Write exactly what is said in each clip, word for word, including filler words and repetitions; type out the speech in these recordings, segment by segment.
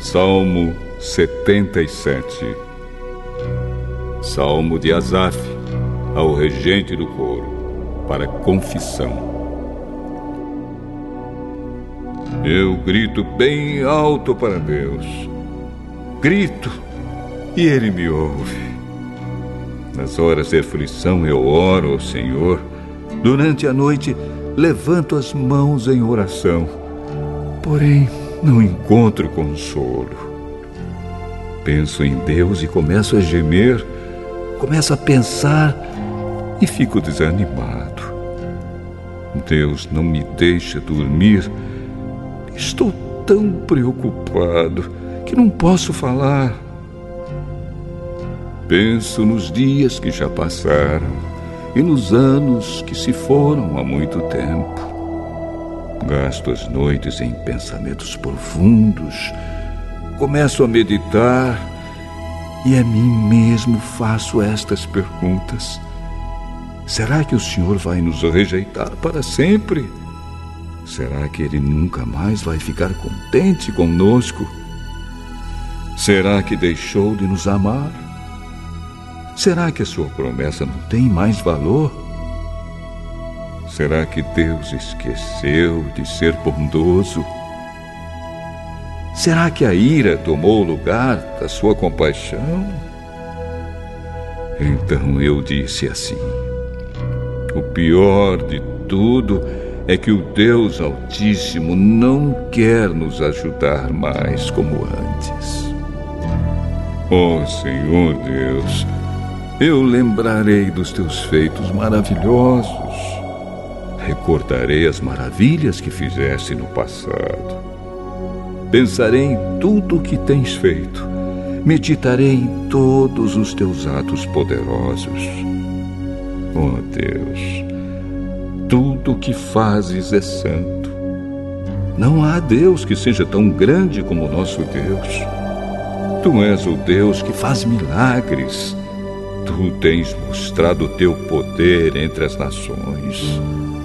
Salmo setenta e sete. Salmo de Asaf, ao regente do coro, para confissão. Eu grito bem alto para Deus. Grito, e Ele me ouve. Nas horas de aflição eu oro ao Senhor. Durante a noite levanto as mãos em oração. Porém, não encontro consolo. Penso em Deus e começo a gemer. Começo a pensar e fico desanimado. Deus não me deixa dormir. Estou tão preocupado que não posso falar. Penso nos dias que já passaram e nos anos que se foram há muito tempo. Gasto as noites em pensamentos profundos. Começo a meditar e a mim mesmo faço estas perguntas. Será que o Senhor vai nos rejeitar para sempre? Será que Ele nunca mais vai ficar contente conosco? Será que deixou de nos amar? Será que a sua promessa não tem mais valor? Será que Deus esqueceu de ser bondoso? Será que a ira tomou o lugar da sua compaixão? Então eu disse assim: o pior de tudo é que o Deus Altíssimo não quer nos ajudar mais como antes. Ó Senhor Deus, eu lembrarei dos teus feitos maravilhosos. Recordarei as maravilhas que fizeste no passado. Pensarei em tudo o que tens feito. Meditarei em todos os teus atos poderosos. Ó Deus, tudo o que fazes é santo. Não há Deus que seja tão grande como o nosso Deus. Tu és o Deus que faz milagres. Tu tens mostrado o teu poder entre as nações.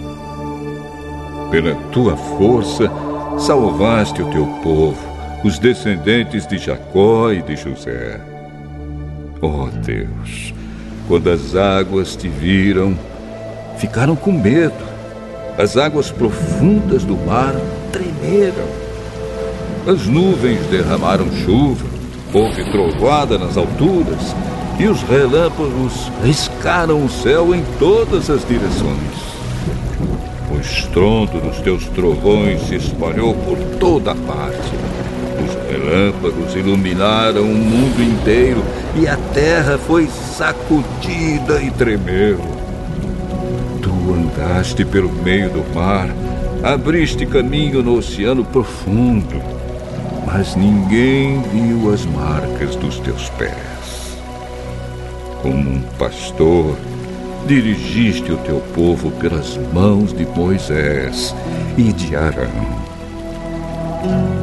Pela tua força, salvaste o teu povo, os descendentes de Jacó e de José. Ó Deus, quando as águas te viram, ficaram com medo. As águas profundas do mar tremeram. As nuvens derramaram chuva, houve trovoada nas alturas, e os relâmpagos riscaram o céu em todas as direções. O estrondo dos teus trovões se espalhou por toda a parte. Os relâmpagos iluminaram o mundo inteiro e a terra foi sacudida e tremeu. Tu andaste pelo meio do mar, abriste caminho no oceano profundo, mas ninguém viu as marcas dos teus pés. Como um pastor, dirigiste o teu povo pelas mãos de Moisés e de Arão.